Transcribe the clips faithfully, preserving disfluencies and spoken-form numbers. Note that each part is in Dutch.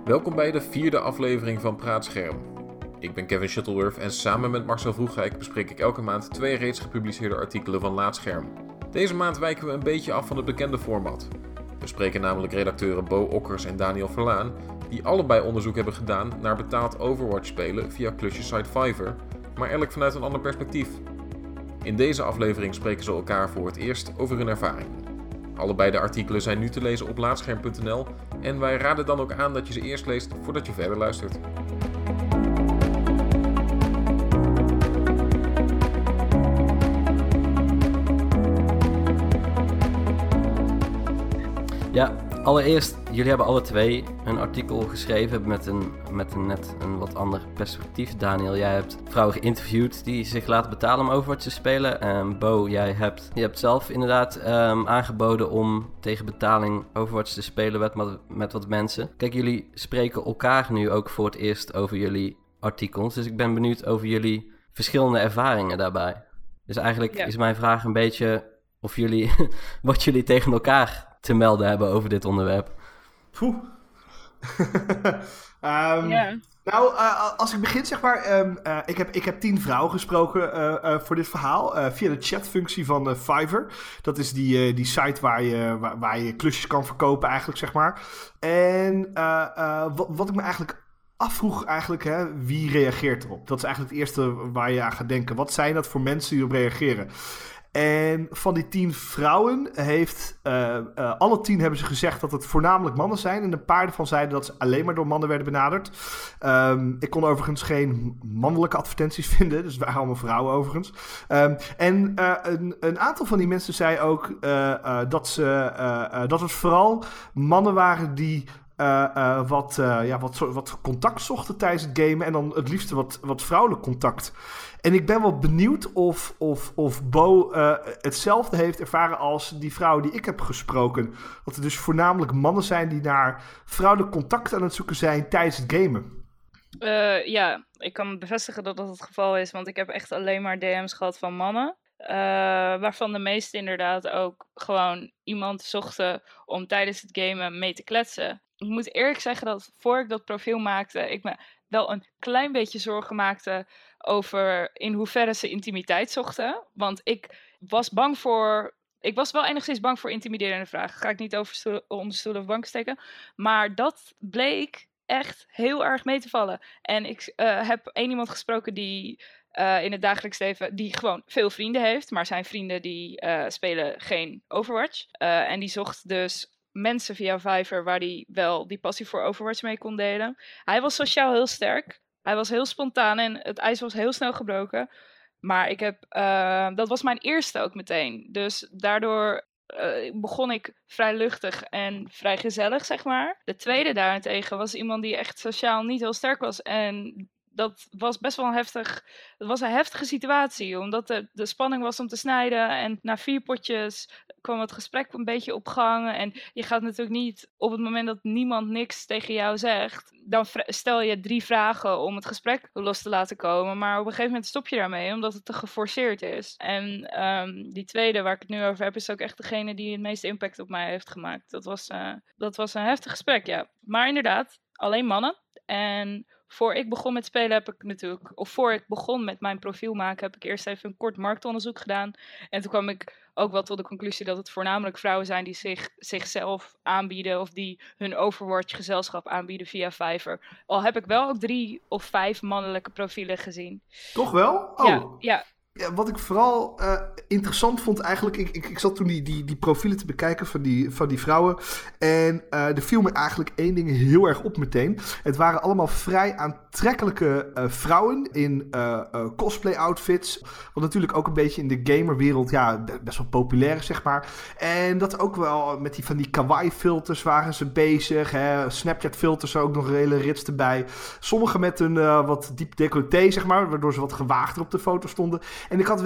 Welkom bij de vierde aflevering van Praatscherm. Ik ben Kevin Shuttleworth en samen met Marcel Vroegrijk bespreek ik elke maand twee reeds gepubliceerde artikelen van Laatscherm. Deze maand wijken we een beetje af van het bekende format. We spreken namelijk redacteuren Bo Okkers en Daniel Verlaan, die allebei onderzoek hebben gedaan naar betaald Overwatch spelen via klusjessite Fiverr, maar elk vanuit een ander perspectief. In deze aflevering spreken ze elkaar voor het eerst over hun ervaring. Allebei de artikelen zijn nu te lezen op laatscherm punt n l en wij raden dan ook aan dat je ze eerst leest voordat je verder luistert. Ja, allereerst, jullie hebben alle twee een artikel geschreven met een, met een net een wat ander perspectief. Daniel, jij hebt vrouwen geïnterviewd die zich laten betalen om Overwatch te spelen. En Bo, jij hebt, je hebt zelf inderdaad um, aangeboden om tegen betaling Overwatch te spelen met, met, met wat mensen. Kijk, jullie spreken elkaar nu ook voor het eerst over jullie artikels. Dus ik ben benieuwd over jullie verschillende ervaringen daarbij. Dus eigenlijk ja. is mijn vraag een beetje of jullie, wat jullie tegen elkaar te melden hebben over dit onderwerp. Poeh. um, yeah. Nou, uh, als ik begin, zeg maar, um, uh, ik, heb, ik heb tien vrouwen gesproken uh, uh, voor dit verhaal, uh, via de chatfunctie van uh, Fiverr. Dat is die, uh, die site waar je, waar, waar je klusjes kan verkopen eigenlijk, zeg maar. En uh, uh, wat, wat ik me eigenlijk afvroeg eigenlijk, hè, wie reageert erop? Dat is eigenlijk het eerste waar je aan gaat denken. Wat zijn dat voor mensen die erop reageren? En van die tien vrouwen heeft uh, uh, alle tien hebben ze gezegd dat het voornamelijk mannen zijn. En een paar ervan zeiden dat ze alleen maar door mannen werden benaderd. Um, ik kon overigens geen mannelijke advertenties vinden. Dus het waren allemaal vrouwen overigens. Um, en uh, een, een aantal van die mensen zei ook uh, uh, dat, ze, uh, uh, dat het vooral mannen waren die Uh, uh, wat, uh, ja, wat, wat contact zochten tijdens het gamen. En dan het liefste wat, wat vrouwelijk contact. En ik ben wel benieuwd of, of, of Bo uh, hetzelfde heeft ervaren als die vrouwen die ik heb gesproken. Dat er dus voornamelijk mannen zijn die naar vrouwelijk contact aan het zoeken zijn tijdens het gamen. Uh, ja, ik kan bevestigen dat dat het geval is. Want ik heb echt alleen maar D M's gehad van mannen. Uh, waarvan de meeste inderdaad ook gewoon iemand zochten om tijdens het gamen mee te kletsen. Ik moet eerlijk zeggen dat voor ik dat profiel maakte, ik me wel een klein beetje zorgen maakte over in hoeverre ze intimiteit zochten. Want ik was bang voor, ik was wel enigszins bang voor intimiderende vragen. Ga ik niet over stoel, onder stoelen of banken steken. Maar dat bleek echt heel erg mee te vallen. En ik uh, heb één iemand gesproken die Uh, in het dagelijks leven, die gewoon veel vrienden heeft. Maar zijn vrienden die uh, spelen geen Overwatch. Uh, en die zocht dus mensen via Fiverr waar hij wel die passie voor Overwatch mee kon delen. Hij was sociaal heel sterk. Hij was heel spontaan en het ijs was heel snel gebroken. Maar ik heb, uh, dat was mijn eerste ook meteen. Dus daardoor uh, begon ik vrij luchtig en vrij gezellig, zeg maar. De tweede daarentegen was iemand die echt sociaal niet heel sterk was. En dat was best wel een heftig, het was een heftige situatie, omdat de, de spanning was om te snijden. En na vier potjes kwam het gesprek een beetje op gang. En je gaat natuurlijk niet, op het moment dat niemand niks tegen jou zegt, dan stel je drie vragen om het gesprek los te laten komen. Maar op een gegeven moment stop je daarmee, omdat het te geforceerd is. En um, die tweede, waar ik het nu over heb, is ook echt degene die het meeste impact op mij heeft gemaakt. Dat was, uh, dat was een heftig gesprek, ja. Maar inderdaad, alleen mannen. En voor ik begon met spelen heb ik natuurlijk, of voor ik begon met mijn profiel maken, heb ik eerst even een kort marktonderzoek gedaan. En toen kwam ik ook wel tot de conclusie dat het voornamelijk vrouwen zijn die zich, zichzelf aanbieden of die hun Overwatch gezelschap aanbieden via Fiverr. Al heb ik wel ook drie of vijf mannelijke profielen gezien. Toch wel? Oh. Ja, ja. Ja, wat ik vooral uh, interessant vond eigenlijk, ik, ik, ik zat toen die, die, die profielen te bekijken van die, van die vrouwen. En uh, er viel me eigenlijk één ding heel erg op meteen. Het waren allemaal vrij aantrekkelijke uh, vrouwen in uh, uh, cosplay outfits. Wat natuurlijk ook een beetje in de gamerwereld, ja, best wel populair is, zeg maar. En dat ook wel met die van die kawaii filters waren ze bezig. Hè? Snapchat filters ook nog een hele rits erbij. Sommigen met een uh, wat diep decolleté, zeg maar, waardoor ze wat gewaagder op de foto stonden. En ik had wel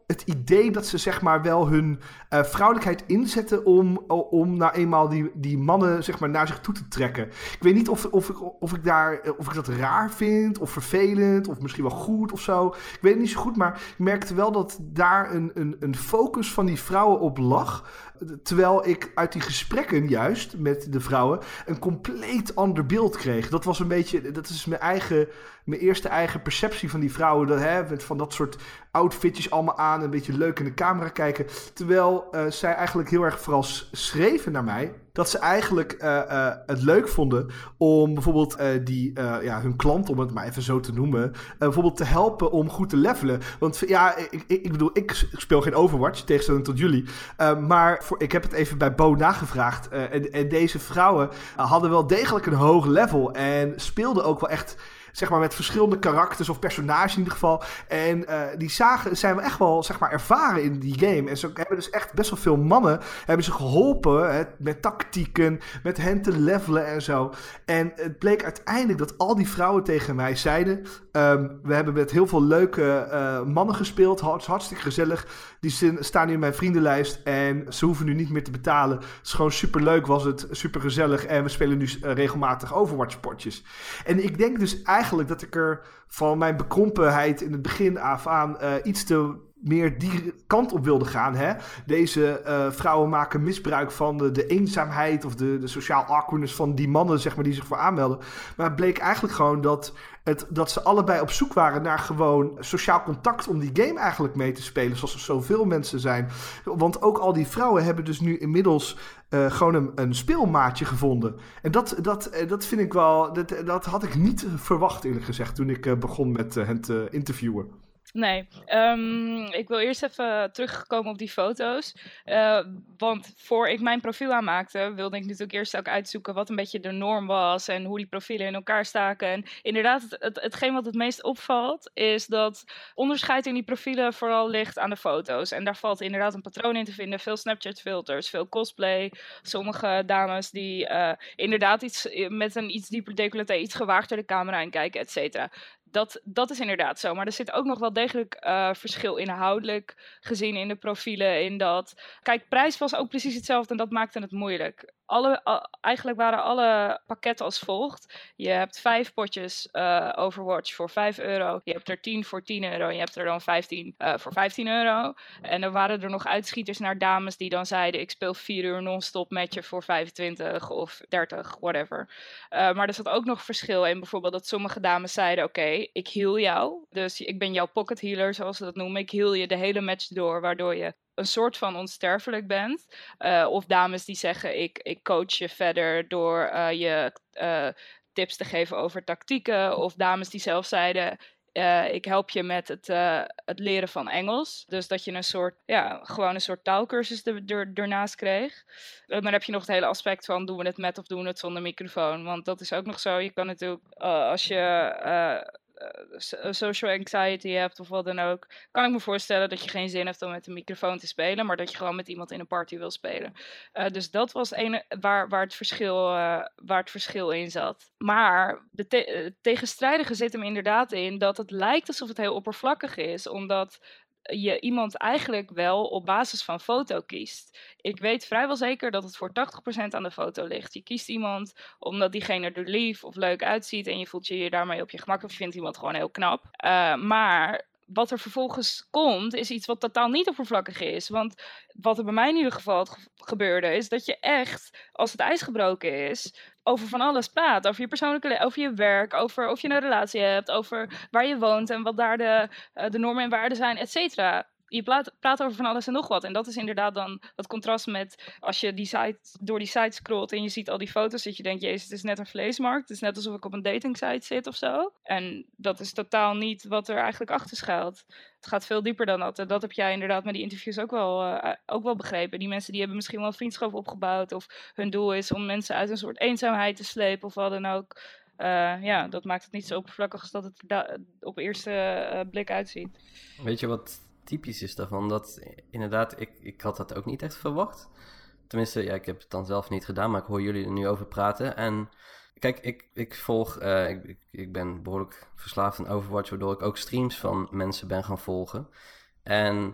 het idee dat ze zeg maar wel hun uh, vrouwelijkheid inzetten om, om nou eenmaal die, die mannen zeg maar naar zich toe te trekken. Ik weet niet of, of, ik, of, ik daar, of ik dat raar vind of vervelend of misschien wel goed of zo. Ik weet het niet zo goed, maar ik merkte wel dat daar een, een, een focus van die vrouwen op lag. Terwijl ik uit die gesprekken juist met de vrouwen een compleet ander beeld kreeg. Dat was een beetje, dat is mijn eigen, mijn eerste eigen perceptie van die vrouwen. Dat, hè, met van dat soort outfitjes allemaal aan, een beetje leuk in de camera kijken. Terwijl uh, zij eigenlijk heel erg vooral schreven naar mij dat ze eigenlijk uh, uh, het leuk vonden om bijvoorbeeld uh, die, uh, ja, hun klant, om het maar even zo te noemen, uh, bijvoorbeeld te helpen om goed te levelen. Want ja, ik, ik, ik bedoel, ik speel geen Overwatch, tegenstelling tot jullie. Uh, maar voor, ik heb het even bij Bo nagevraagd. Uh, en, en deze vrouwen uh, hadden wel degelijk een hoog level en speelden ook wel echt, zeg maar, met verschillende karakters of personages in ieder geval. En uh, die zagen, zijn wel echt wel, zeg maar, ervaren in die game. En ze hebben dus echt best wel veel mannen hebben ze geholpen, hè, met tactieken, met hen te levelen en zo. En het bleek uiteindelijk dat al die vrouwen tegen mij zeiden, Um, we hebben met heel veel leuke uh, mannen gespeeld. Hart, hartstikke gezellig. Die zin, staan nu in mijn vriendenlijst. En ze hoeven nu niet meer te betalen. Het is gewoon superleuk, was het. Super gezellig. En we spelen nu uh, regelmatig Overwatch-potjes. En ik denk dus eigenlijk dat ik er van mijn bekrompenheid in het begin af aan uh, iets te meer die kant op wilde gaan. Hè? Deze uh, vrouwen maken misbruik van de, de eenzaamheid of de, de sociaal awkwardness van die mannen, zeg maar, die zich voor aanmelden. Maar het bleek eigenlijk gewoon dat, het, dat ze allebei op zoek waren naar gewoon sociaal contact om die game eigenlijk mee te spelen, zoals er zoveel mensen zijn. Want ook al die vrouwen hebben dus nu inmiddels uh, gewoon een, een speelmaatje gevonden. En dat, dat, dat vind ik wel, dat, dat had ik niet verwacht, eerlijk gezegd, toen ik uh, begon met uh, hen te interviewen. Nee, um, ik wil eerst even terugkomen op die foto's. Uh, want voor ik mijn profiel aanmaakte, wilde ik natuurlijk eerst ook uitzoeken wat een beetje de norm was en hoe die profielen in elkaar staken. En inderdaad, het, het, hetgeen wat het meest opvalt, is dat onderscheid in die profielen vooral ligt aan de foto's. En daar valt inderdaad een patroon in te vinden. Veel Snapchat filters, veel cosplay. Sommige dames die uh, inderdaad iets met een iets dieper decolleté, iets gewaagder de camera in kijken, et cetera. Dat, dat is inderdaad zo, maar er zit ook nog wel degelijk uh, verschil inhoudelijk gezien in de profielen. In dat, kijk, prijs was ook precies hetzelfde en dat maakte het moeilijk. Alle, uh, eigenlijk waren alle pakketten als volgt. Je hebt vijf potjes uh, Overwatch voor vijf euro. Je hebt er tien voor tien euro. En je hebt er dan vijftien uh, voor vijftien euro. En dan waren er nog uitschieters naar dames die dan zeiden, ik speel vier uur non-stop met je voor vijfentwintig of dertig, whatever. Uh, maar er zat ook nog verschil in bijvoorbeeld dat sommige dames zeiden, oké, okay, ik heal jou. Dus ik ben jouw pocket healer, zoals ze dat noemen. Ik heal je de hele match door, waardoor je een soort van onsterfelijk bent. Uh, of dames die zeggen, ik, ik coach je verder door uh, je uh, tips te geven over tactieken. Of dames die zelf zeiden, uh, ik help je met het, uh, het leren van Engels. Dus dat je een soort, ja, gewoon een soort taalkursus er, er, ernaast kreeg. Uh, dan heb je nog het hele aspect van, doen we het met of doen we het zonder microfoon? Want dat is ook nog zo. Je kan natuurlijk, uh, als je Uh, Uh, social anxiety hebt of wat dan ook, kan ik me voorstellen dat je geen zin hebt om met een microfoon te spelen, maar dat je gewoon met iemand in een party wil spelen. Uh, dus dat was ene, waar, waar, het verschil, uh, waar het verschil in zat. Maar de te- uh, tegenstrijdige zit hem inderdaad in dat het lijkt alsof het heel oppervlakkig is, omdat je iemand eigenlijk wel op basis van foto kiest. Ik weet vrijwel zeker dat het voor tachtig procent aan de foto ligt. Je kiest iemand omdat diegene er lief of leuk uitziet en je voelt je hier daarmee op je gemak of je vindt iemand gewoon heel knap. Uh, maar wat er vervolgens komt, is iets wat totaal niet oppervlakkig is. Want wat er bij mij in ieder geval gebeurde, is dat je echt, als het ijs gebroken is, over van alles praat. Over je persoonlijke le- over je werk, over of je een relatie hebt, over waar je woont en wat daar de, uh, de normen en waarden zijn, et cetera. Je praat, praat over van alles en nog wat. En dat is inderdaad dan het contrast met als je die site, door die site scrolt en je ziet al die foto's, dat je denkt, jezus, het is net een vleesmarkt. Het is net alsof ik op een datingsite zit of zo. En dat is totaal niet wat er eigenlijk achter schuilt. Het gaat veel dieper dan dat. En dat heb jij inderdaad met die interviews ook wel, uh, ook wel begrepen. Die mensen die hebben misschien wel een vriendschap opgebouwd, of hun doel is om mensen uit een soort eenzaamheid te slepen of wat dan ook. Uh, ja, dat maakt het niet zo oppervlakkig als dat het da- op eerste uh, blik uitziet. Weet je wat typisch is daarvan? Dat inderdaad, ik, ik had dat ook niet echt verwacht. Tenminste, ja, ik heb het dan zelf niet gedaan, maar ik hoor jullie er nu over praten. En kijk, ik, ik volg, uh, ik, ik, ik ben behoorlijk verslaafd aan Overwatch, waardoor ik ook streams van mensen ben gaan volgen. En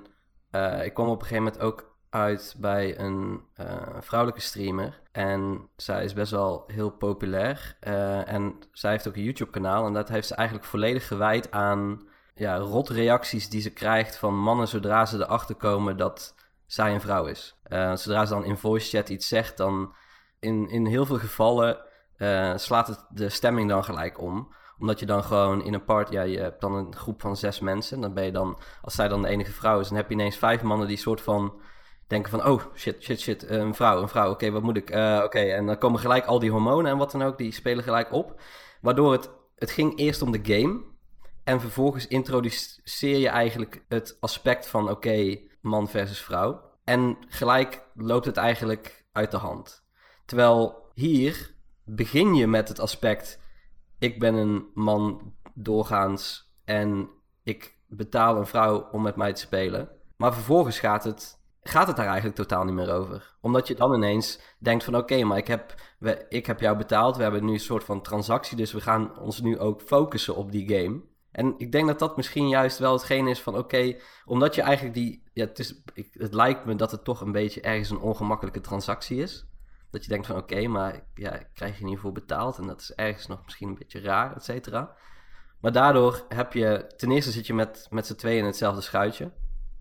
uh, ik kwam op een gegeven moment ook uit bij een uh, vrouwelijke streamer. En zij is best wel heel populair. Uh, en zij heeft ook een YouTube-kanaal. En dat heeft ze eigenlijk volledig gewijd aan ja, rotreacties die ze krijgt van mannen zodra ze erachter komen dat zij een vrouw is. Uh, zodra ze dan in voice chat iets zegt, dan in, in heel veel gevallen uh, slaat het de stemming dan gelijk om. Omdat je dan gewoon in een party, ja, je hebt dan een groep van zes mensen. Dan ben je dan, als zij dan de enige vrouw is, dan heb je ineens vijf mannen die soort van denken van, oh shit, shit, shit, een vrouw, een vrouw, oké, okay, wat moet ik? Uh, oké, okay. En dan komen gelijk al die hormonen en wat dan ook, die spelen gelijk op. Waardoor het, het ging eerst om de game. En vervolgens introduceer je eigenlijk het aspect van, oké, okay, man versus vrouw. En gelijk loopt het eigenlijk uit de hand. Terwijl hier begin je met het aspect, ik ben een man doorgaans en ik betaal een vrouw om met mij te spelen. Maar vervolgens gaat het, gaat het daar eigenlijk totaal niet meer over. Omdat je dan ineens denkt van, oké, okay, maar ik heb, we, ik heb jou betaald. We hebben nu een soort van transactie, dus we gaan ons nu ook focussen op die game. En ik denk dat dat misschien juist wel hetgeen is van, oké, okay, omdat je eigenlijk die, ja, het, is, ik, het lijkt me dat het toch een beetje ergens een ongemakkelijke transactie is. Dat je denkt van, oké, okay, maar ja, ik krijg je hiervoor betaald en dat is ergens nog misschien een beetje raar, et cetera. Maar daardoor heb je, ten eerste zit je met, met z'n tweeën in hetzelfde schuitje.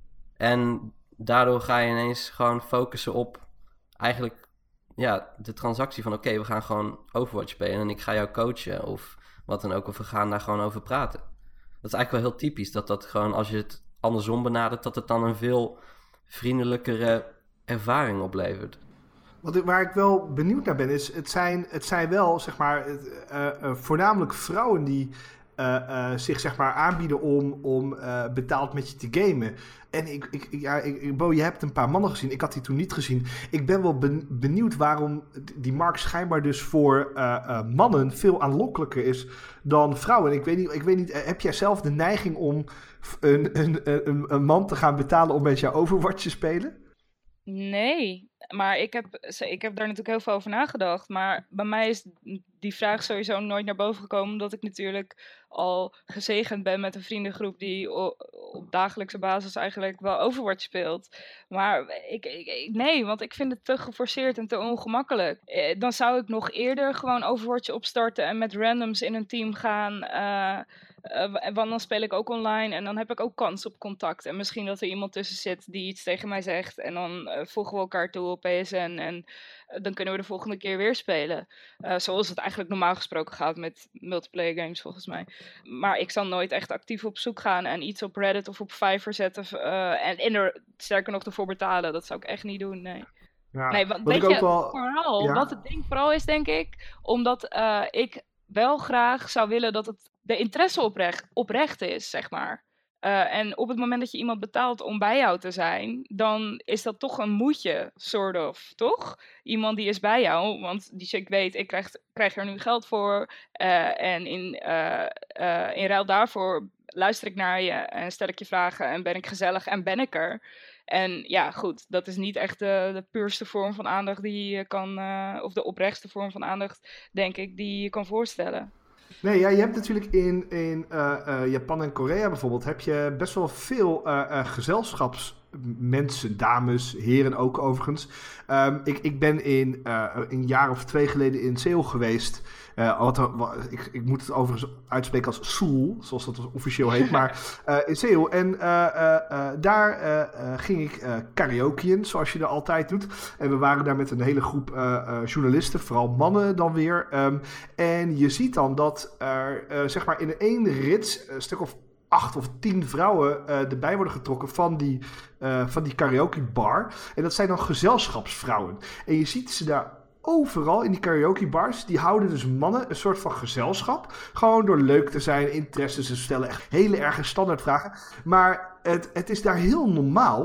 En daardoor ga je ineens gewoon focussen op eigenlijk, ja, de transactie van, oké, okay, we gaan gewoon Overwatch spelen en ik ga jou coachen of wat dan ook, of we gaan daar gewoon over praten. Dat is eigenlijk wel heel typisch, dat dat gewoon, als je het andersom benadert, dat het dan een veel vriendelijkere ervaring oplevert. Wat ik, waar ik wel benieuwd naar ben, is, het zijn, het zijn wel, zeg maar, het, uh, uh, voornamelijk vrouwen die uh, uh, zich, zeg maar, aanbieden om, om uh, betaald met je te gamen. En ik, ik, ja, ik, Bo, je hebt een paar mannen gezien, ik had die toen niet gezien. Ik ben wel ben, benieuwd waarom die markt schijnbaar dus voor uh, uh, mannen veel aanlokkelijker is dan vrouwen. Ik weet niet, ik weet niet, heb jij zelf de neiging om een, een, een, een man te gaan betalen om met jou Overwatch te spelen? Nee, maar ik heb, ik heb daar natuurlijk heel veel over nagedacht. Maar bij mij is die vraag sowieso nooit naar boven gekomen. Omdat ik natuurlijk al gezegend ben met een vriendengroep die op dagelijkse basis eigenlijk wel Overwatch speelt. Maar ik, ik, nee, want ik vind het te geforceerd en te ongemakkelijk. Dan zou ik nog eerder gewoon Overwatch opstarten en met randoms in een team gaan. Uh, Uh, want dan speel ik ook online en dan heb ik ook kans op contact. En misschien dat er iemand tussen zit die iets tegen mij zegt. En dan uh, voegen we elkaar toe op P S N. En uh, dan kunnen we de volgende keer weer spelen. Uh, zoals het eigenlijk normaal gesproken gaat met multiplayer games volgens mij. Maar ik zal nooit echt actief op zoek gaan en iets op Reddit of op Fiverr zetten. Uh, en, en er sterker nog ervoor betalen. Dat zou ik echt niet doen, nee. Ja, nee, want wat weet ik je, ook wel, vooral, ja. wat het ding vooral is, denk ik, omdat uh, ik wel graag zou willen dat het de interesse oprecht, oprecht is, zeg maar. Uh, en op het moment dat je iemand betaalt om bij jou te zijn, dan is dat toch een moedje, sort of, toch? Iemand die is bij jou, want die chick weet, ik krijg, krijg er nu geld voor. Uh, en in, uh, uh, in ruil daarvoor luister ik naar je en stel ik je vragen en ben ik gezellig en ben ik er. En ja, goed, dat is niet echt de, de puurste vorm van aandacht die je kan, uh, of de oprechtste vorm van aandacht, denk ik, die je kan voorstellen. Nee, ja, je hebt natuurlijk in, in uh, uh, Japan en Korea bijvoorbeeld, heb je best wel veel uh, uh, gezelschapsmensen, dames, heren ook overigens. Um, ik, ik ben in uh, een jaar of twee geleden in Seoul geweest. Uh, wat, wat, ik, ik moet het overigens uitspreken als Seoul, zoals dat officieel heet, maar uh, in Seoul. En uh, uh, uh, daar uh, uh, ging ik uh, karaokeën, zoals je dat altijd doet. En we waren daar met een hele groep uh, uh, journalisten, vooral mannen dan weer. Um, en je ziet dan dat er, uh, zeg maar in één rit, een stuk of acht of tien vrouwen uh, erbij worden getrokken van die, uh, van die karaoke bar. En dat zijn dan gezelschapsvrouwen. En je ziet ze daar overal in die karaoke bars, die houden dus mannen een soort van gezelschap. Gewoon door leuk te zijn, interesse. Ze stellen echt hele erge standaardvragen. Maar het, het is daar heel normaal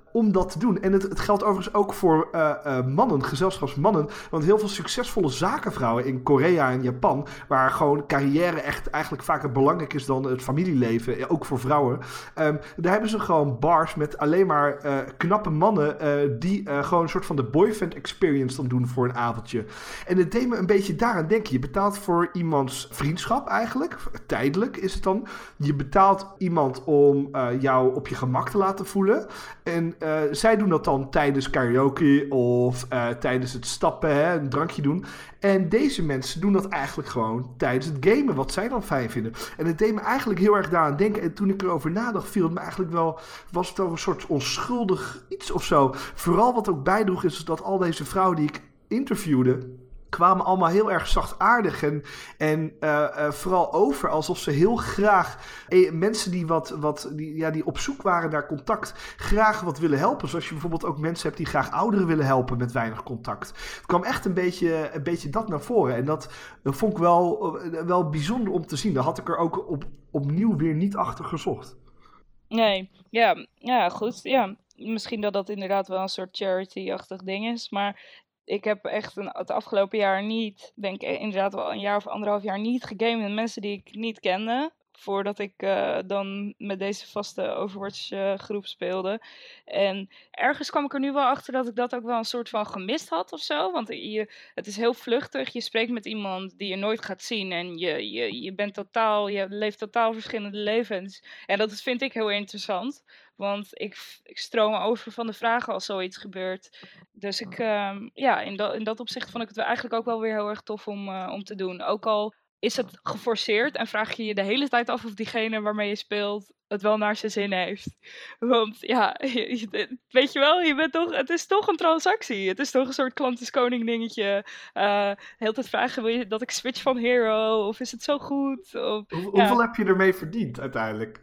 om dat te doen. En het, het geldt overigens ook voor uh, uh, mannen, gezelschapsmannen. Want heel veel succesvolle zakenvrouwen in Korea en Japan, waar gewoon carrière echt eigenlijk vaker belangrijk is dan het familieleven, ook voor vrouwen. Um, daar hebben ze gewoon bars met alleen maar uh, knappe mannen uh, die uh, gewoon een soort van de boyfriend experience dan doen voor een avondje. En het deed me een beetje daaraan denken. Je betaalt voor iemands vriendschap eigenlijk. Tijdelijk is het dan. Je betaalt iemand om uh, jou op je gemak te laten voelen. En uh, zij doen dat dan tijdens karaoke of uh, tijdens het stappen, hè, een drankje doen. En deze mensen doen dat eigenlijk gewoon tijdens het gamen, wat zij dan fijn vinden. En het deed me eigenlijk heel erg daaraan denken. En toen ik erover nadacht, viel het me eigenlijk wel, was het over een soort onschuldig iets of zo. Vooral wat ook bijdroeg is dat al deze vrouwen die ik interviewde, kwamen allemaal heel erg zachtaardig en, en uh, uh, vooral over alsof ze heel graag eh, mensen die, wat, wat, die, ja, die op zoek waren naar contact graag wat willen helpen. Zoals je bijvoorbeeld ook mensen hebt die graag ouderen willen helpen met weinig contact. Het kwam echt een beetje, een beetje dat naar voren en dat, dat vond ik wel, uh, wel bijzonder om te zien. Daar had ik er ook op, opnieuw weer niet achter gezocht. Nee, ja, ja, goed. Ja. Misschien dat dat inderdaad wel een soort charity-achtig ding is, maar ik heb echt een, het afgelopen jaar niet, denk ik inderdaad wel een jaar of anderhalf jaar niet gegamed met mensen die ik niet kende. Voordat ik uh, dan met deze vaste Overwatch uh, groep speelde. En ergens kwam ik er nu wel achter dat ik dat ook wel een soort van gemist had of zo. Want je, het is heel vluchtig. Je spreekt met iemand die je nooit gaat zien. En je, je, je bent totaal, je leeft totaal verschillende levens. En dat vind ik heel interessant. Want ik, ik stroom over van de vragen als zoiets gebeurt. Dus ik, uh, ja, in, dat, in dat opzicht vond ik het eigenlijk ook wel weer heel erg tof om, uh, om te doen. Ook al is het geforceerd en vraag je je de hele tijd af of diegene waarmee je speelt het wel naar zijn zin heeft. Want ja, je, je, weet je wel, je bent toch, het is toch een transactie. Het is toch een soort klant is koning dingetje. Uh, de hele tijd vragen, wil je dat ik switch van hero? Of is het zo goed? Of, Hoe, ja. Hoeveel heb je ermee verdiend uiteindelijk?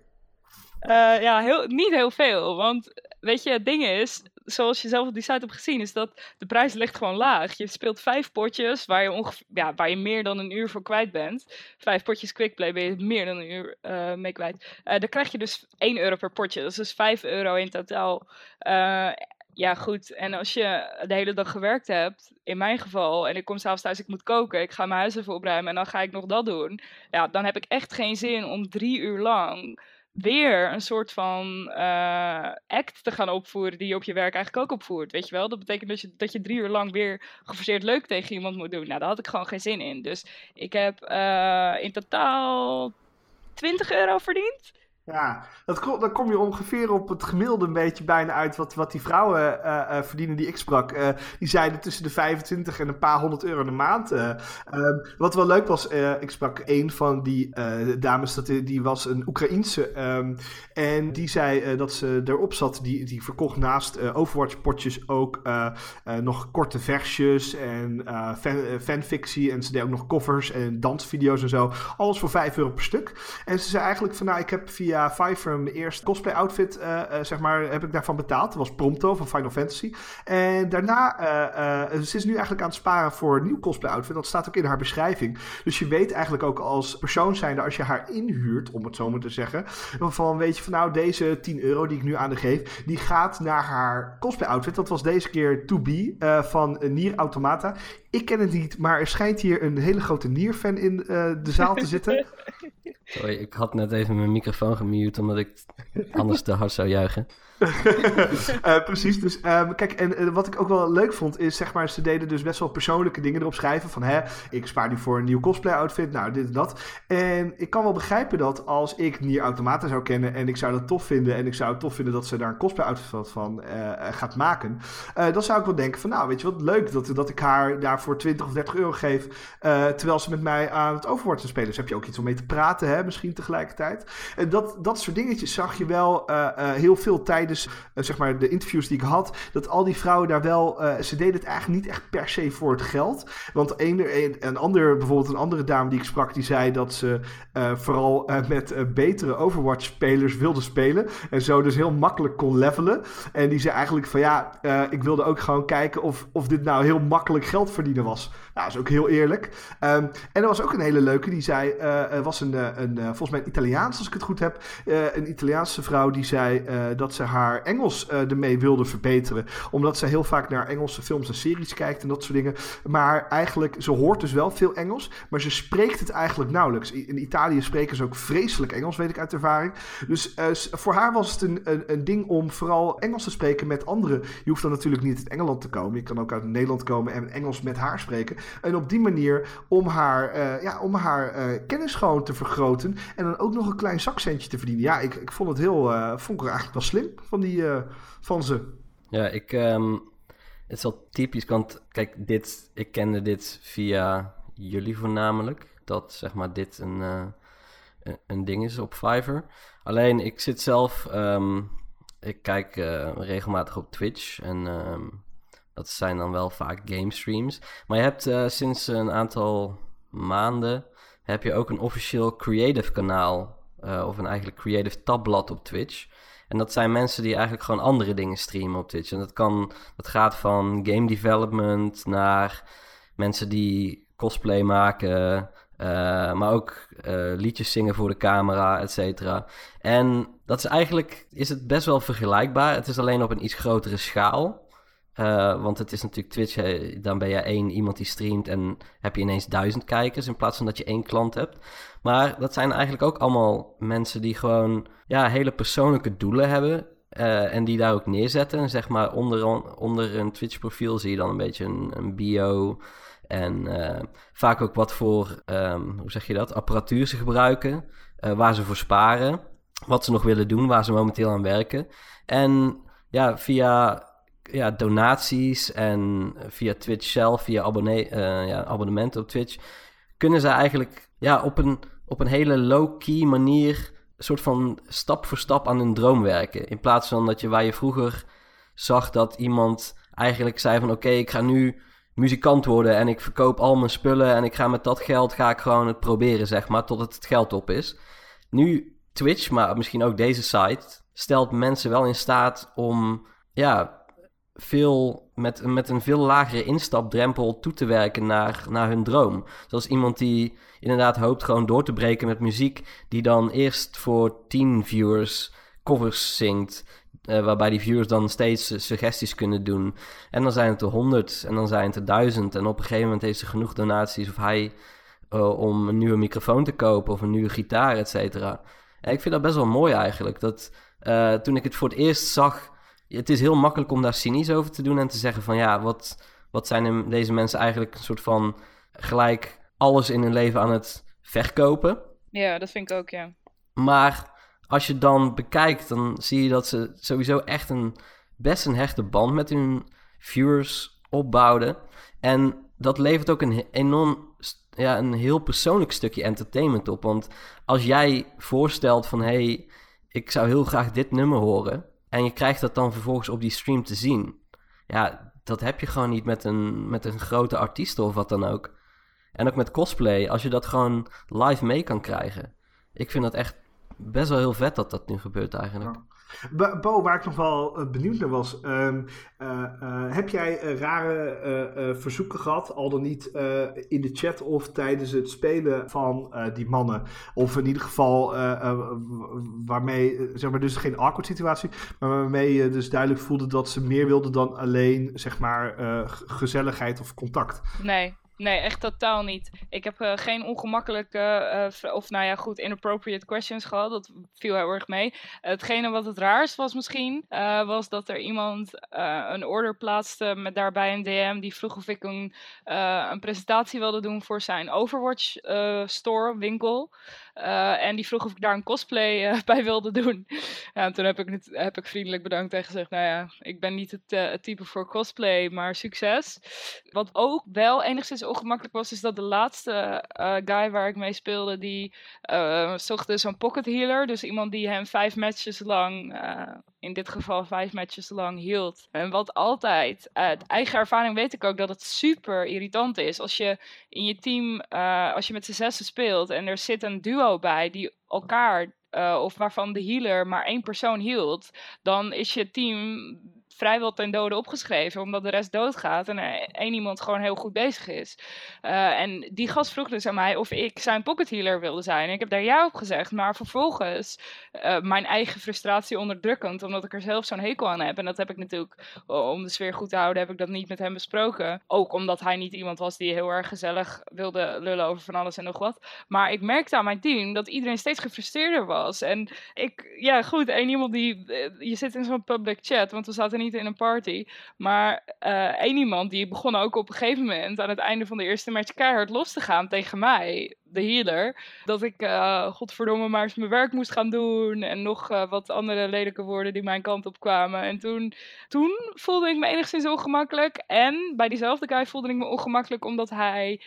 Uh, ja, heel, niet heel veel. Want weet je, het ding is, zoals je zelf op die site hebt gezien, is dat de prijs ligt gewoon laag. Je speelt vijf potjes waar je, ongeveer, ja, waar je meer dan een uur voor kwijt bent. Vijf potjes quickplay ben je meer dan een uur uh, mee kwijt. Uh, dan krijg je dus één euro per potje. Dat is dus vijf euro in totaal. Uh, ja, goed. En als je de hele dag gewerkt hebt, in mijn geval, en ik kom s'avonds thuis, ik moet koken, ik ga mijn huis even opruimen en dan ga ik nog dat doen. Ja, dan heb ik echt geen zin om drie uur lang weer een soort van uh, act te gaan opvoeren die je op je werk eigenlijk ook opvoert, weet je wel? Dat betekent dat je, dat je drie uur lang weer geforceerd leuk tegen iemand moet doen. Nou, daar had ik gewoon geen zin in. Dus ik heb uh, in totaal twintig euro verdiend. Ja, dat kom, dan kom je ongeveer op het gemiddelde een beetje bijna uit wat, wat die vrouwen uh, uh, verdienen die ik sprak. Uh, die zeiden tussen de vijfentwintig en een paar honderd euro in de maand. Uh, um, wat wel leuk was, uh, ik sprak een van die uh, dames, dat, die was een Oekraïense. Um, en die zei uh, dat ze erop zat, die, die verkocht naast uh, Overwatch potjes ook uh, uh, nog korte versjes en uh, fan, uh, fanfictie. En ze deed ook nog covers en dansvideo's en zo. Alles voor vijf euro per stuk. En ze zei eigenlijk van, nou, ik heb via Ja, Fiverr, mijn eerste cosplay outfit, uh, uh, zeg maar, heb ik daarvan betaald. Dat was Prompto van Final Fantasy. En daarna, uh, uh, ze is nu eigenlijk aan het sparen voor een nieuw cosplay outfit. Dat staat ook in haar beschrijving. Dus je weet eigenlijk ook als persoon zijnde, als je haar inhuurt, om het zo maar te zeggen, van weet je van nou, deze tien euro die ik nu aan haar geef, die gaat naar haar cosplay outfit. Dat was deze keer To Be uh, van Nier Automata. Ik ken het niet, maar er schijnt hier een hele grote Nier-fan in uh, de zaal te zitten. Sorry, ik had net even mijn microfoon gemute, omdat ik anders te hard zou juichen. uh, precies, dus um, kijk, en uh, wat ik ook wel leuk vond is, zeg maar, ze deden dus best wel persoonlijke dingen erop schrijven van, hè, ik spaar nu voor een nieuw cosplay outfit, nou, dit en dat. En ik kan wel begrijpen dat als ik Nier Automata zou kennen en ik zou dat tof vinden en ik zou het tof vinden dat ze daar een cosplay outfit van uh, gaat maken, uh, dan zou ik wel denken van, nou, weet je wat, leuk dat, dat ik haar daarvoor twintig of dertig euro geef, uh, terwijl ze met mij aan het Overwatch te spelen. Dus heb je ook iets om mee te praten, hè, misschien tegelijkertijd. En dat, dat soort dingetjes zag je wel uh, uh, heel veel tijdens uh, zeg maar de interviews die ik had, dat al die vrouwen daar wel, uh, ze deden het eigenlijk niet echt per se voor het geld. Want een, een, een ander, bijvoorbeeld een andere dame die ik sprak, die zei dat ze uh, vooral uh, met uh, betere Overwatch-spelers wilde spelen. En zo dus heel makkelijk kon levelen. En die zei eigenlijk van ja, uh, ik wilde ook gewoon kijken of, of dit nou heel makkelijk geld verdienen was. Nou, dat is ook heel eerlijk. Um, en er was ook een hele leuke, die zei, uh, er was een, een, een, uh, volgens mij een Italiaans, als ik het goed heb, uh, een Italiaanse vrouw die zei uh, dat ze haar Engels uh, ermee wilde verbeteren. Omdat ze heel vaak naar Engelse films en series kijkt en dat soort dingen. Maar eigenlijk, ze hoort dus wel veel Engels, maar ze spreekt het eigenlijk nauwelijks. In Italië spreken ze ook vreselijk Engels, weet ik uit ervaring. Dus uh, voor haar was het een, een, een ding om vooral Engels te spreken met anderen. Je hoeft dan natuurlijk niet uit Engeland te komen. Je kan ook uit Nederland komen en Engels met haar spreken. En op die manier om haar, uh, ja, om haar uh, kennis gewoon te vergroten. En dan ook nog een klein zakcentje te verdienen. Ja, ik, ik vond het heel, uh, vond ik er eigenlijk wel slim van, die, uh, van ze. Ja, ik, um, het is wel typisch, want kijk, dit, ik kende dit via jullie voornamelijk. Dat zeg maar dit een, uh, een ding is op Fiverr. Alleen, ik zit zelf, um, ik kijk uh, regelmatig op Twitch en um, dat zijn dan wel vaak game streams. Maar je hebt uh, sinds een aantal maanden heb je ook een officieel creative kanaal uh, of een eigenlijk creative tabblad op Twitch. En dat zijn mensen die eigenlijk gewoon andere dingen streamen op Twitch. En dat kan, dat gaat van game development naar mensen die cosplay maken, uh, maar ook uh, liedjes zingen voor de camera, et cetera. En dat is eigenlijk, is het best wel vergelijkbaar. Het is alleen op een iets grotere schaal. Uh, want het is natuurlijk Twitch, he, dan ben je één iemand die streamt en heb je ineens duizend kijkers in plaats van dat je één klant hebt. Maar dat zijn eigenlijk ook allemaal mensen die gewoon ja, hele persoonlijke doelen hebben uh, en die daar ook neerzetten. En zeg maar onder, onder een Twitch profiel zie je dan een beetje een, een bio en uh, vaak ook wat voor, um, hoe zeg je dat, apparatuur ze gebruiken, uh, waar ze voor sparen, wat ze nog willen doen, waar ze momenteel aan werken. En ja, via ja, donaties en via Twitch zelf, via abonnee, uh, ja, abonnementen op Twitch, kunnen ze eigenlijk ja, op, een, op een hele low-key manier een soort van stap voor stap aan hun droom werken. In plaats van dat je waar je vroeger zag dat iemand eigenlijk zei van oké, okay, ik ga nu muzikant worden en ik verkoop al mijn spullen en ik ga met dat geld ga ik gewoon het proberen, zeg maar, tot het geld op is. Nu Twitch, maar misschien ook deze site, stelt mensen wel in staat om ja, veel met, met een veel lagere instapdrempel toe te werken naar, naar hun droom. Zoals iemand die inderdaad hoopt gewoon door te breken met muziek, die dan eerst voor tien viewers covers zingt, uh, waarbij die viewers dan steeds uh, suggesties kunnen doen. En dan zijn het er honderd en dan zijn het er duizend. En op een gegeven moment heeft ze genoeg donaties of hij uh, om een nieuwe microfoon te kopen of een nieuwe gitaar, et cetera. En ik vind dat best wel mooi eigenlijk. Dat uh, toen ik het voor het eerst zag, het is heel makkelijk om daar cynisch over te doen en te zeggen van ja, wat, wat zijn deze mensen eigenlijk een soort van gelijk alles in hun leven aan het verkopen. Ja, dat vind ik ook, ja. Maar als je dan bekijkt, dan zie je dat ze sowieso echt een best een hechte band met hun viewers opbouwden. En dat levert ook een enorm, ja, een heel persoonlijk stukje entertainment op. Want als jij voorstelt van hé, hey, ik zou heel graag dit nummer horen en je krijgt dat dan vervolgens op die stream te zien. Ja, dat heb je gewoon niet met een, met een grote artiest of wat dan ook. En ook met cosplay, als je dat gewoon live mee kan krijgen. Ik vind dat echt best wel heel vet dat dat nu gebeurt eigenlijk. Ja. Bo, waar ik nog wel uh, benieuwd naar was. Um, uh, uh, heb jij uh, rare uh, uh, verzoeken gehad, al dan niet uh, in de chat of tijdens het spelen van uh, die mannen? Of in ieder geval uh, uh, waarmee, uh, zeg maar dus geen awkward situatie, maar waarmee je dus duidelijk voelde dat ze meer wilden dan alleen, zeg maar, uh, gezelligheid of contact? Nee. Nee, echt totaal niet. Ik heb uh, geen ongemakkelijke, uh, of nou ja goed, inappropriate questions gehad. Dat viel heel erg mee. Uh, hetgene wat het raarst was misschien, uh, was dat er iemand uh, een order plaatste met daarbij een D M. Die vroeg of ik een, uh, een presentatie wilde doen voor zijn Overwatch uh, store, winkel. Uh, en die vroeg of ik daar een cosplay uh, bij wilde doen. Ja, en toen heb ik, het, heb ik vriendelijk bedankt en gezegd, nou ja, ik ben niet het, uh, het type voor cosplay, maar succes. Wat ook wel enigszins ongemakkelijk was, is dat de laatste uh, guy waar ik mee speelde, die uh, zocht dus een pocket healer. Dus iemand die hem vijf matches lang, uh, in dit geval vijf matches lang hield. En wat altijd, uit eigen ervaring weet ik ook dat het super irritant is. Als je in je team, uh, als je met z'n zessen speelt en er zit een duo bij die elkaar, uh, of waarvan de healer maar één persoon hield, dan is je team vrijwel ten dode opgeschreven, omdat de rest doodgaat en er één iemand gewoon heel goed bezig is. Uh, en die gast vroeg dus aan mij of ik zijn pocket healer wilde zijn. En ik heb daar ja op gezegd, maar vervolgens uh, mijn eigen frustratie onderdrukkend, omdat ik er zelf zo'n hekel aan heb. En dat heb ik natuurlijk, om de sfeer goed te houden, heb ik dat niet met hem besproken. Ook omdat hij niet iemand was die heel erg gezellig wilde lullen over van alles en nog wat. Maar ik merkte aan mijn team dat iedereen steeds gefrustreerder was. En ik, ja goed, één iemand die, je zit in zo'n public chat, want we zaten niet in een party. Maar uh, één iemand die begon ook op een gegeven moment aan het einde van de eerste match keihard los te gaan tegen mij, de healer. Dat ik, uh, godverdomme, maar eens mijn werk moest gaan doen. En nog uh, wat andere lelijke woorden die mijn kant op kwamen. En toen, toen voelde ik me enigszins ongemakkelijk. En bij diezelfde guy voelde ik me ongemakkelijk omdat hij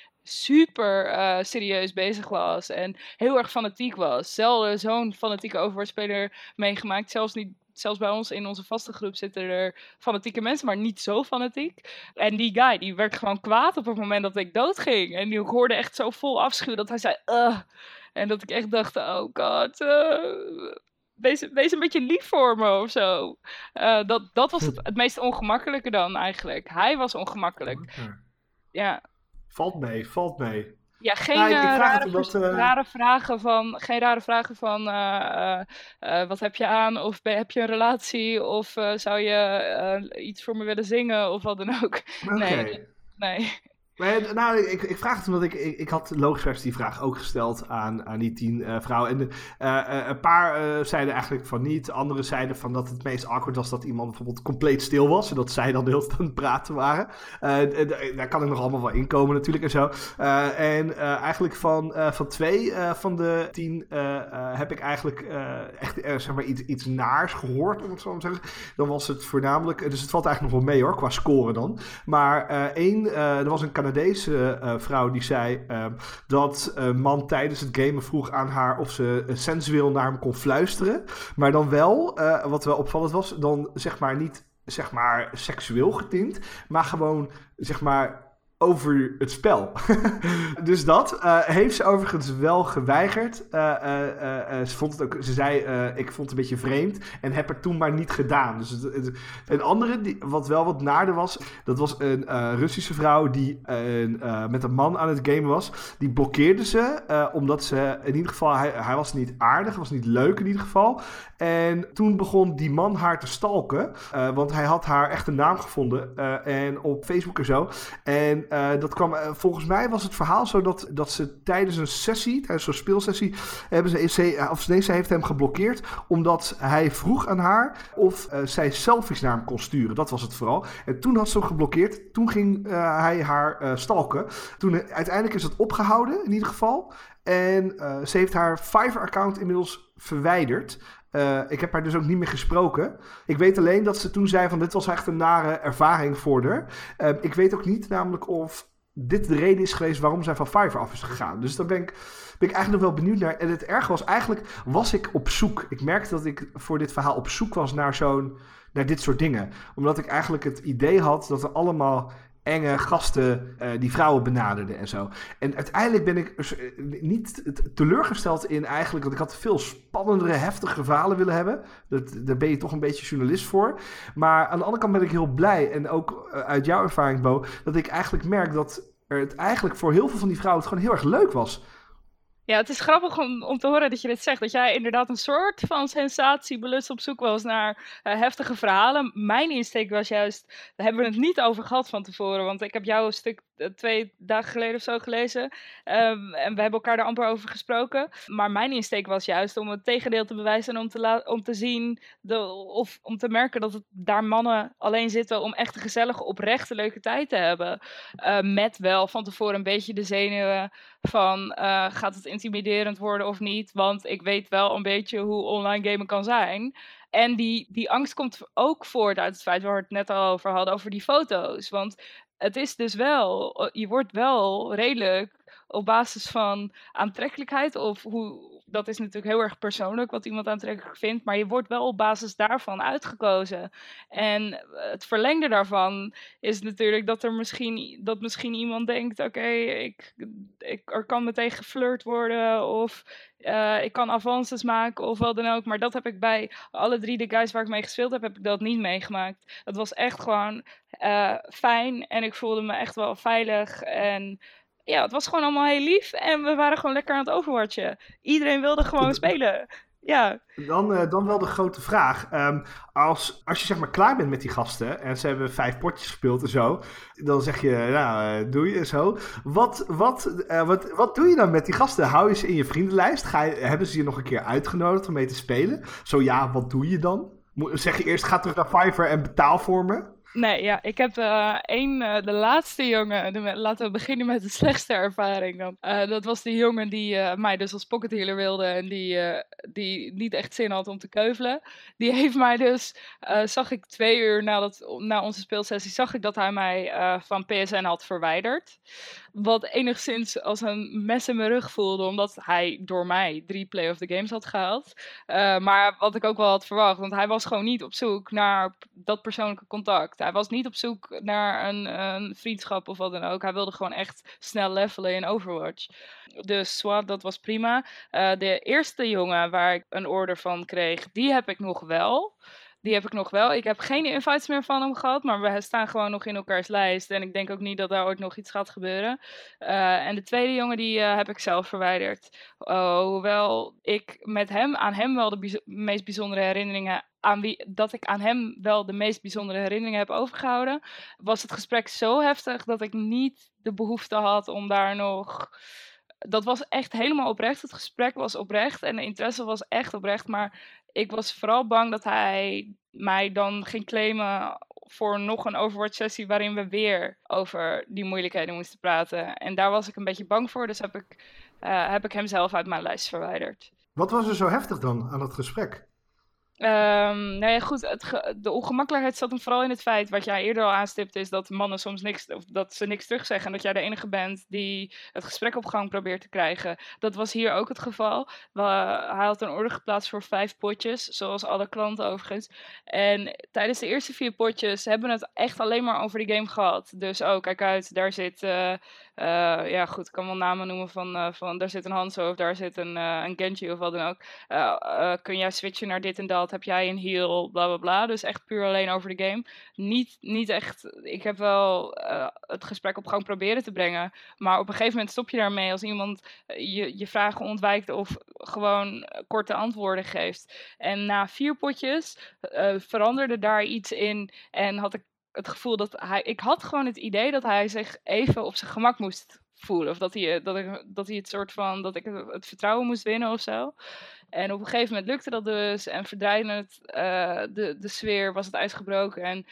super uh, serieus bezig was en heel erg fanatiek was. Zelden zo'n fanatieke Overwatch-speler meegemaakt. Zelfs niet, zelfs bij ons in onze vaste groep zitten er fanatieke mensen, maar niet zo fanatiek. En die guy, die werd gewoon kwaad op het moment dat ik doodging. En die hoorde echt zo vol afschuw dat hij zei, uh. En dat ik echt dacht, oh god, uh, wees, wees een beetje lief voor me of zo. Uh, dat, dat was het, het meest ongemakkelijke dan eigenlijk. Hij was ongemakkelijk. Okay. Ja. Valt mee, valt mee. Ja, geen, nou, uh, rare, omdat, uh... rare vragen van, geen rare vragen van uh, uh, uh, wat heb je aan, of be, heb je een relatie, of uh, zou je uh, iets voor me willen zingen, of wat dan ook. Okay. Nee, nee. Maar, nou, ik, ik vraag het omdat ik, ik, ik had logisch die vraag ook gesteld aan, aan die tien uh, vrouwen. En de, uh, uh, een paar uh, zeiden eigenlijk van niet. Anderen zeiden van dat het meest awkward was dat iemand bijvoorbeeld compleet stil was. En dat zij dan heel aan het praten waren. Uh, d- daar kan ik nog allemaal wel inkomen natuurlijk en zo. Uh, en uh, eigenlijk van, uh, van twee uh, van de tien uh, uh, heb ik eigenlijk uh, echt uh, zeg maar iets, iets naars gehoord, om het zo te zeggen. Dan was het voornamelijk, dus het valt eigenlijk nog wel mee hoor, qua scoren dan. Maar uh, één, uh, er was een Canadese uh, vrouw die zei uh, dat een uh, man tijdens het gamen vroeg aan haar of ze uh, sensueel naar hem kon fluisteren. Maar dan wel, uh, wat wel opvallend was, dan zeg maar niet zeg maar seksueel getint, maar gewoon zeg maar over het spel. Dus dat uh, heeft ze overigens wel geweigerd. Uh, uh, uh, ze, vond het ook, ze zei, uh, ik vond het een beetje vreemd en heb het toen maar niet gedaan. Dus het, het, een andere, die, wat wel wat naarder was, dat was een uh, Russische vrouw die uh, uh, met een man aan het gamen was. Die blokkeerde ze, uh, omdat ze in ieder geval, hij, hij was niet aardig, was niet leuk in ieder geval. En toen begon die man haar te stalken, uh, want hij had haar echt een naam gevonden uh, en op Facebook en zo. En Uh, dat kwam, uh, volgens mij was het verhaal zo dat, dat ze tijdens een sessie, tijdens zo'n speelsessie, hebben ze, ze, of nee, ze heeft hem geblokkeerd, omdat hij vroeg aan haar of uh, zij selfies naar hem kon sturen. Dat was het vooral. En toen had ze hem geblokkeerd. Toen ging uh, hij haar uh, stalken. Toen, uh, uiteindelijk is het opgehouden, in ieder geval. En uh, ze heeft haar Fiverr-account inmiddels verwijderd. Uh, ik heb haar dus ook niet meer gesproken. Ik weet alleen dat ze toen zei van dit was echt een nare ervaring voor haar. Uh, ik weet ook niet namelijk of dit de reden is geweest waarom zij van Fiverr af is gegaan. Dus daar ben ik, ben ik eigenlijk nog wel benieuwd naar. En het erg was eigenlijk, was ik op zoek. Ik merkte dat ik voor dit verhaal op zoek was naar zo'n, naar dit soort dingen. Omdat ik eigenlijk het idee had dat er allemaal enge gasten uh, die vrouwen benaderden en zo. En uiteindelijk ben ik dus, uh, niet teleurgesteld in eigenlijk, want ik had veel spannendere, heftige verhalen willen hebben. Dat, daar ben je toch een beetje journalist voor. Maar aan de andere kant ben ik heel blij, en ook uh, uit jouw ervaring, Bo, dat ik eigenlijk merk dat er het eigenlijk voor heel veel van die vrouwen het gewoon heel erg leuk was. Ja, het is grappig om, om te horen dat je dit zegt. Dat jij inderdaad een soort van sensatiebelust op zoek was naar uh, heftige verhalen. Mijn insteek was juist, daar hebben we het niet over gehad van tevoren. Want ik heb jou een stuk uh, twee dagen geleden of zo gelezen. Um, en we hebben elkaar daar amper over gesproken. Maar mijn insteek was juist om het tegendeel te bewijzen. En om te, la- om te zien, de, of om te merken dat het daar mannen alleen zitten om echt een gezellige, oprechte, leuke tijd te hebben. Uh, met wel van tevoren een beetje de zenuwen van uh, gaat het intimiderend worden of niet, want ik weet wel een beetje hoe online gamen kan zijn. En die, die angst komt ook voort uit het feit waar we het net al over hadden, over die foto's. Want het is dus wel, je wordt wel redelijk op basis van aantrekkelijkheid of hoe, dat is natuurlijk heel erg persoonlijk wat iemand aantrekkelijk vindt, maar je wordt wel op basis daarvan uitgekozen. En het verlengde daarvan is natuurlijk dat er misschien, dat misschien iemand denkt, oké, okay, ik, ik, er kan meteen geflirt worden of uh, ik kan avances maken of wat dan ook. Maar dat heb ik bij alle drie de guys waar ik mee gespeeld heb, heb ik dat niet meegemaakt. Het was echt gewoon uh, fijn en ik voelde me echt wel veilig en ja, het was gewoon allemaal heel lief en we waren gewoon lekker aan het overwatchen. Iedereen wilde gewoon spelen. Ja. Dan, uh, dan wel de grote vraag. Um, als, als je zeg maar klaar bent met die gasten en ze hebben vijf potjes gespeeld en zo, dan zeg je, nou, uh, doe je en zo. Wat, wat, uh, wat, wat doe je dan met die gasten? Hou je ze in je vriendenlijst? Ga je, hebben ze je nog een keer uitgenodigd om mee te spelen? Zo ja, wat doe je dan? Zeg je eerst, ga terug naar Fiverr en betaal voor me? Nee, ja, ik heb uh, één, uh, de laatste jongen, de, laten we beginnen met de slechtste ervaring dan. Uh, dat was die jongen die uh, mij dus als pocket healer wilde en die, uh, die niet echt zin had om te keuvelen. Die heeft mij dus, uh, zag ik twee uur nadat, na onze speelsessie, zag ik dat hij mij uh, van P S N had verwijderd. Wat enigszins als een mes in mijn rug voelde, omdat hij door mij drie play of the games had gehaald. Uh, maar wat ik ook wel had verwacht, want hij was gewoon niet op zoek naar dat persoonlijke contact. Hij was niet op zoek naar een, een vriendschap of wat dan ook. Hij wilde gewoon echt snel levelen in Overwatch. Dus zwart, dat was prima. Uh, de eerste jongen waar ik een order van kreeg, die heb ik nog wel. Die heb ik nog wel. Ik heb geen invites meer van hem gehad, maar we staan gewoon nog in elkaars lijst. En ik denk ook niet dat daar ooit nog iets gaat gebeuren. Uh, en de tweede jongen, die uh, heb ik zelf verwijderd. Uh, hoewel ik met hem, aan hem wel de bijz- meest bijzondere herinneringen, aan wie, dat ik aan hem wel de meest bijzondere herinneringen heb overgehouden, was het gesprek zo heftig dat ik niet de behoefte had om daar nog... Dat was echt helemaal oprecht. Het gesprek was oprecht en de interesse was echt oprecht, maar ik was vooral bang dat hij mij dan ging claimen voor nog een Overwatch-sessie waarin we weer over die moeilijkheden moesten praten. En daar was ik een beetje bang voor, dus heb ik, uh, heb ik hem zelf uit mijn lijst verwijderd. Wat was er zo heftig dan aan dat gesprek? Um, nou ja, goed, het ge- de ongemakkelijkheid zat hem vooral in het feit, wat jij eerder al aanstipte, is dat mannen soms niks, of dat ze niks terugzeggen en dat jij de enige bent die het gesprek op gang probeert te krijgen. Dat was hier ook het geval. We, hij had een order geplaatst voor vijf potjes, zoals alle klanten overigens. En tijdens de eerste vier potjes hebben we het echt alleen maar over die game gehad. Dus oh, kijk uit, daar zit... Uh, Uh, ja, goed, ik kan wel namen noemen van, uh, van daar zit een Hanzo of daar zit een, uh, een Genji of wat dan ook. Uh, uh, kun jij switchen naar dit en dat? Heb jij een heal? Bla bla bla. Dus echt puur alleen over de game. Niet, niet echt. Ik heb wel uh, het gesprek op gang proberen te brengen. Maar op een gegeven moment stop je daarmee als iemand je, je vragen ontwijkt of gewoon korte antwoorden geeft. En na vier potjes uh, veranderde daar iets in en had ik het gevoel dat hij... Ik had gewoon het idee dat hij zich even op zijn gemak moest voelen. Of dat hij, dat ik, dat hij het soort van... Dat ik het vertrouwen moest winnen of zo. En op een gegeven moment lukte dat dus. En verdwijnde het... Uh, de, de sfeer, was het uitgebroken. En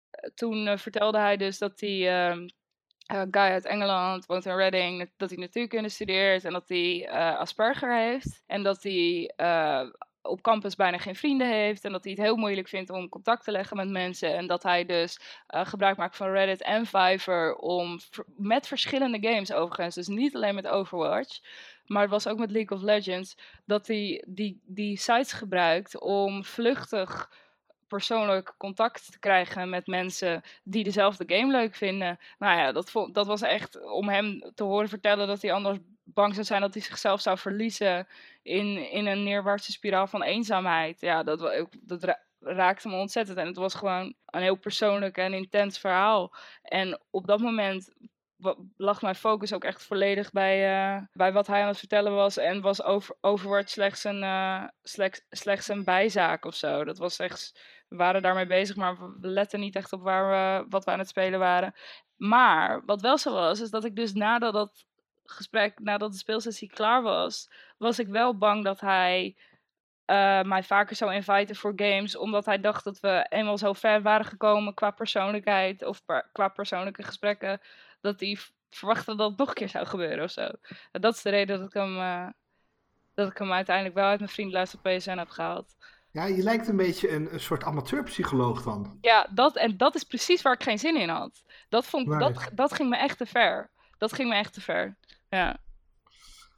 toen uh, vertelde hij dus dat hij... Uh, Uh, guy uit Engeland, woont in Reading, dat hij natuurkunde studeert. En dat hij uh, Asperger heeft. En dat hij... Uh, op campus bijna geen vrienden heeft en dat hij het heel moeilijk vindt om contact te leggen met mensen en dat hij dus uh, gebruik maakt van Reddit en Fiverr om v- met verschillende games overigens, dus niet alleen met Overwatch, maar het was ook met League of Legends, dat hij die, die sites gebruikt om vluchtig persoonlijk contact te krijgen met mensen die dezelfde game leuk vinden. Nou ja, dat, vo- dat was echt om hem te horen vertellen dat hij anders bang zou zijn dat hij zichzelf zou verliezen in, in een neerwaartse spiraal van eenzaamheid. Ja, dat, dat ra- raakte me ontzettend. En het was gewoon een heel persoonlijk en intens verhaal. En op dat moment lag mijn focus ook echt volledig bij, uh, bij wat hij aan het vertellen was. En was over, Overwatch slechts een, uh, slechts, slechts een bijzaak of zo. Dat was echt... We waren daarmee bezig, maar we letten niet echt op waar we, wat we aan het spelen waren. Maar wat wel zo was, is dat ik dus nadat dat gesprek, nadat de speelsessie klaar was, was ik wel bang dat hij uh, mij vaker zou inviten voor games, omdat hij dacht dat we eenmaal zo ver waren gekomen qua persoonlijkheid of per, qua persoonlijke gesprekken, dat hij verwachtte dat het nog een keer zou gebeuren of zo. En dat is de reden dat ik hem, uh, dat ik hem uiteindelijk wel uit mijn vriendenlijst op P S N heb gehaald. Ja, je lijkt een beetje een, een soort amateurpsycholoog dan. Ja, dat, en dat is precies waar ik geen zin in had. Dat, vond, Nee. dat, dat ging me echt te ver. Dat ging me echt te ver, ja.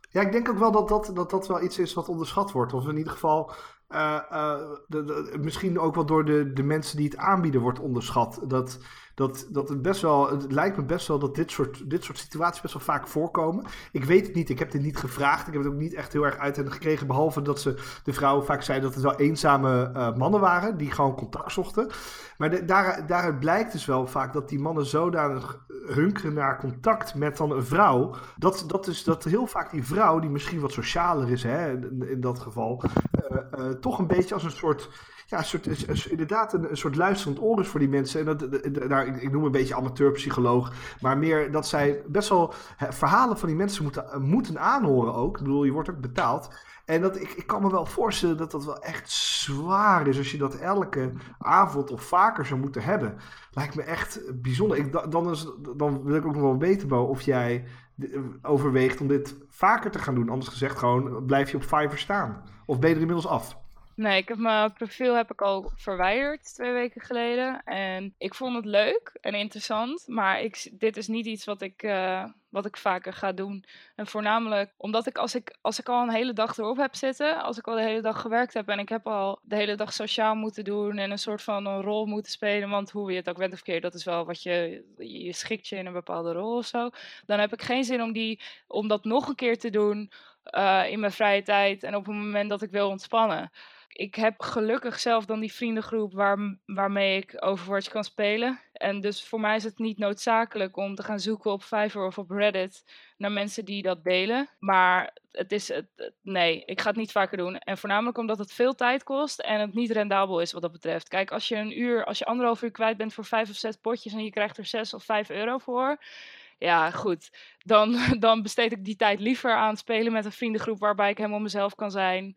Ja, ik denk ook wel dat dat, dat dat wel iets is wat onderschat wordt. Of in ieder geval uh, uh, de, de, misschien ook wel door de, de mensen die het aanbieden wordt onderschat. Dat, dat, dat het best wel, het lijkt me best wel dat dit soort, dit soort situaties best wel vaak voorkomen. Ik weet het niet, ik heb dit niet gevraagd. Ik heb het ook niet echt heel erg uit hen gekregen. Behalve dat ze de vrouwen vaak zeiden dat het wel eenzame uh, mannen waren die gewoon contact zochten. Maar de, daar, daaruit blijkt dus wel vaak dat die mannen zodanig hunkeren naar contact met dan een vrouw. Dat, dat is dat heel vaak die vrouw, die misschien wat socialer is, hè, in, in dat geval, uh, uh, toch een beetje als een soort, ja, een soort, is, is, inderdaad een, een soort luisterend oor is voor die mensen. En dat, de, de, nou, ik, ik noem een beetje amateurpsycholoog, maar meer dat zij best wel hè, verhalen van die mensen moeten, uh, moeten aanhoren ook. Ik bedoel, je wordt ook betaald. En dat, ik, ik kan me wel voorstellen dat dat wel echt zwaar is als je dat elke avond of vaker zou moeten hebben. Lijkt me echt bijzonder. Ik, dan, is, dan wil ik ook nog wel weten, Bo, of jij overweegt om dit vaker te gaan doen. Anders gezegd gewoon, blijf je op Fiverr staan? Of ben je er inmiddels af? Nee, ik heb mijn profiel heb ik al verwijderd twee weken geleden. En ik vond het leuk en interessant. Maar ik, dit is niet iets wat ik, uh, wat ik vaker ga doen. En voornamelijk omdat ik als, ik als ik al een hele dag erop heb zitten. Als ik al de hele dag gewerkt heb. En ik heb al de hele dag sociaal moeten doen. En een soort van een rol moeten spelen. Want hoe je het ook bent of verkeerd. Dat is wel wat je, je schikt je in een bepaalde rol of zo. Dan heb ik geen zin om, die, om dat nog een keer te doen. Uh, in mijn vrije tijd. En op het moment dat ik wil ontspannen. Ik heb gelukkig zelf dan die vriendengroep waar, waarmee ik Overwatch kan spelen. En dus voor mij is het niet noodzakelijk om te gaan zoeken op Fiverr of op Reddit naar mensen die dat delen. Maar het is, het, nee, ik ga het niet vaker doen. En voornamelijk omdat het veel tijd kost en het niet rendabel is wat dat betreft. Kijk, als je een uur, als je anderhalf uur kwijt bent voor vijf of zes potjes en je krijgt er zes of vijf euro voor. Ja, goed. Dan, dan besteed ik die tijd liever aan spelen met een vriendengroep waarbij ik helemaal mezelf kan zijn.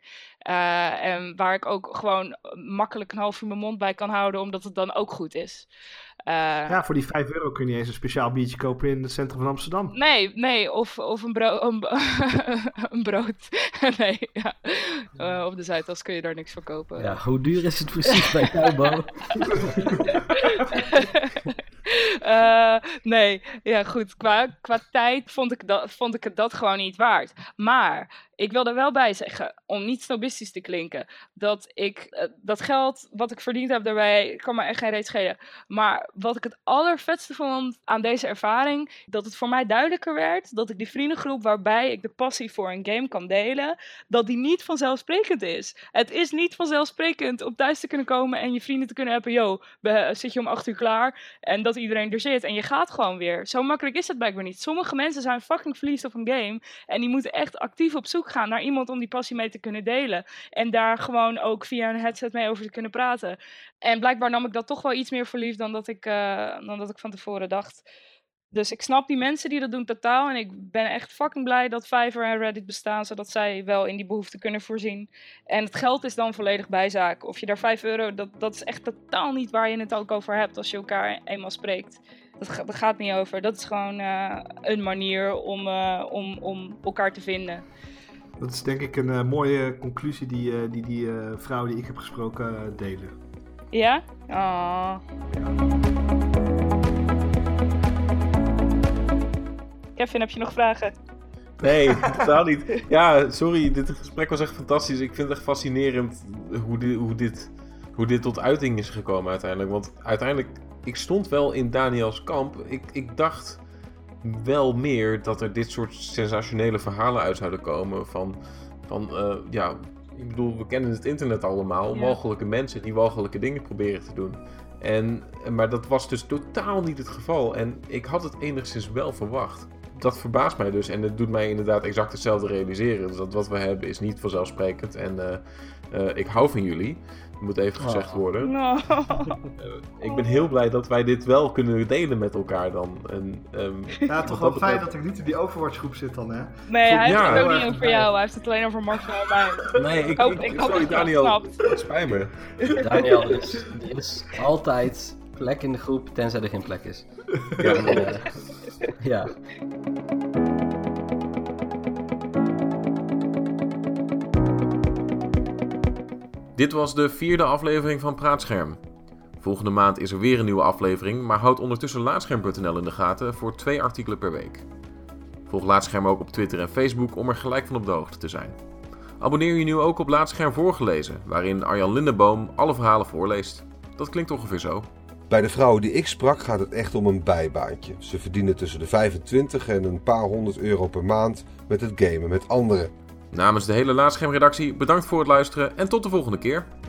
Uh, en waar ik ook gewoon makkelijk een half uur mijn mond bij kan houden, omdat het dan ook goed is. Uh, ja, voor die vijf euro kun je eens een speciaal biertje kopen in het centrum van Amsterdam. Nee, nee, of, of een, bro- een, een brood. nee, ja. Uh, op de Zuidas kun je daar niks voor kopen. Ja, hoe duur is het precies bij jou, Bo? Uh, nee, ja goed, qua, qua tijd vond ik, dat, vond ik het dat gewoon niet waard. Maar ik wil er wel bij zeggen, om niet snobistisch te klinken, dat ik uh, dat geld wat ik verdiend heb daarbij, kan me echt geen reet schelen. Maar wat ik het allervetste vond aan deze ervaring, dat het voor mij duidelijker werd dat ik die vriendengroep waarbij ik de passie voor een game kan delen, dat die niet vanzelfsprekend is. Het is niet vanzelfsprekend om thuis te kunnen komen en je vrienden te kunnen hebben, yo, zit je om acht uur klaar en dat iedereen er zit en je gaat gewoon weer. Zo makkelijk is het blijkbaar niet. Sommige mensen zijn fucking verliefd op een game en die moeten echt actief op zoek gaan naar iemand om die passie mee te kunnen delen. En daar gewoon ook via een headset mee over te kunnen praten. En blijkbaar nam ik dat toch wel iets meer voor lief dan dat ik, uh, dan dat ik van tevoren dacht. Dus ik snap die mensen die dat doen totaal. En ik ben echt fucking blij dat Fiverr en Reddit bestaan, zodat zij wel in die behoefte kunnen voorzien. En het geld is dan volledig bijzaak. Of je daar vijf euro, dat, dat is echt totaal niet waar je het ook over hebt als je elkaar eenmaal spreekt. Dat, dat gaat niet over. Dat is gewoon uh, een manier om, uh, om, om elkaar te vinden. Dat is denk ik een uh, mooie conclusie die uh, die, die uh, vrouw die ik heb gesproken uh, delen. Ja? Oh. Kevin, heb je nog vragen? Nee, totaal niet. Ja, sorry, dit gesprek was echt fantastisch. Ik vind het echt fascinerend hoe dit, hoe dit, hoe dit tot uiting is gekomen uiteindelijk. Want uiteindelijk, ik stond wel in Daniels kamp. Ik, ik dacht wel meer dat er dit soort sensationele verhalen uit zouden komen van, van uh, ja, ik bedoel, we kennen het internet allemaal. Ja. Walgelijke mensen die walgelijke dingen proberen te doen. En, maar dat was dus totaal niet het geval. En ik had het enigszins wel verwacht. Dat verbaast mij dus. En het doet mij inderdaad exact hetzelfde realiseren. Dus dat wat we hebben is niet vanzelfsprekend. En uh, uh, ik hou van jullie. Moet even gezegd worden. No. Uh, ik ben heel blij dat wij dit wel kunnen delen met elkaar dan. En, um, ja, toch wel fijn dat ik niet in die Overwatch groep zit dan, hè? Nee, hij heeft ja, het ook niet over jou. Hij heeft het alleen over Marcel en mij. Nee, ik, ik hoop, ik, ik hoop sorry, dat je Daniel. dat snapt. Het spijt me. Daniel, er is, er is altijd plek in de groep, tenzij er geen plek is. Ja. uh, ja. Dit was de vierde aflevering van Praatscherm. Volgende maand is er weer een nieuwe aflevering, maar houd ondertussen Laatscherm punt n l in de gaten voor twee artikelen per week. Volg Laatscherm ook op Twitter en Facebook om er gelijk van op de hoogte te zijn. Abonneer je nu ook op Laatscherm Voorgelezen, waarin Arjan Lindeboom alle verhalen voorleest. Dat klinkt ongeveer zo. Bij de vrouwen die ik sprak gaat het echt om een bijbaantje. Ze verdienen tussen de vijfentwintig en een paar honderd euro per maand met het gamen met anderen. Namens de hele Laatscherm redactie bedankt voor het luisteren en tot de volgende keer.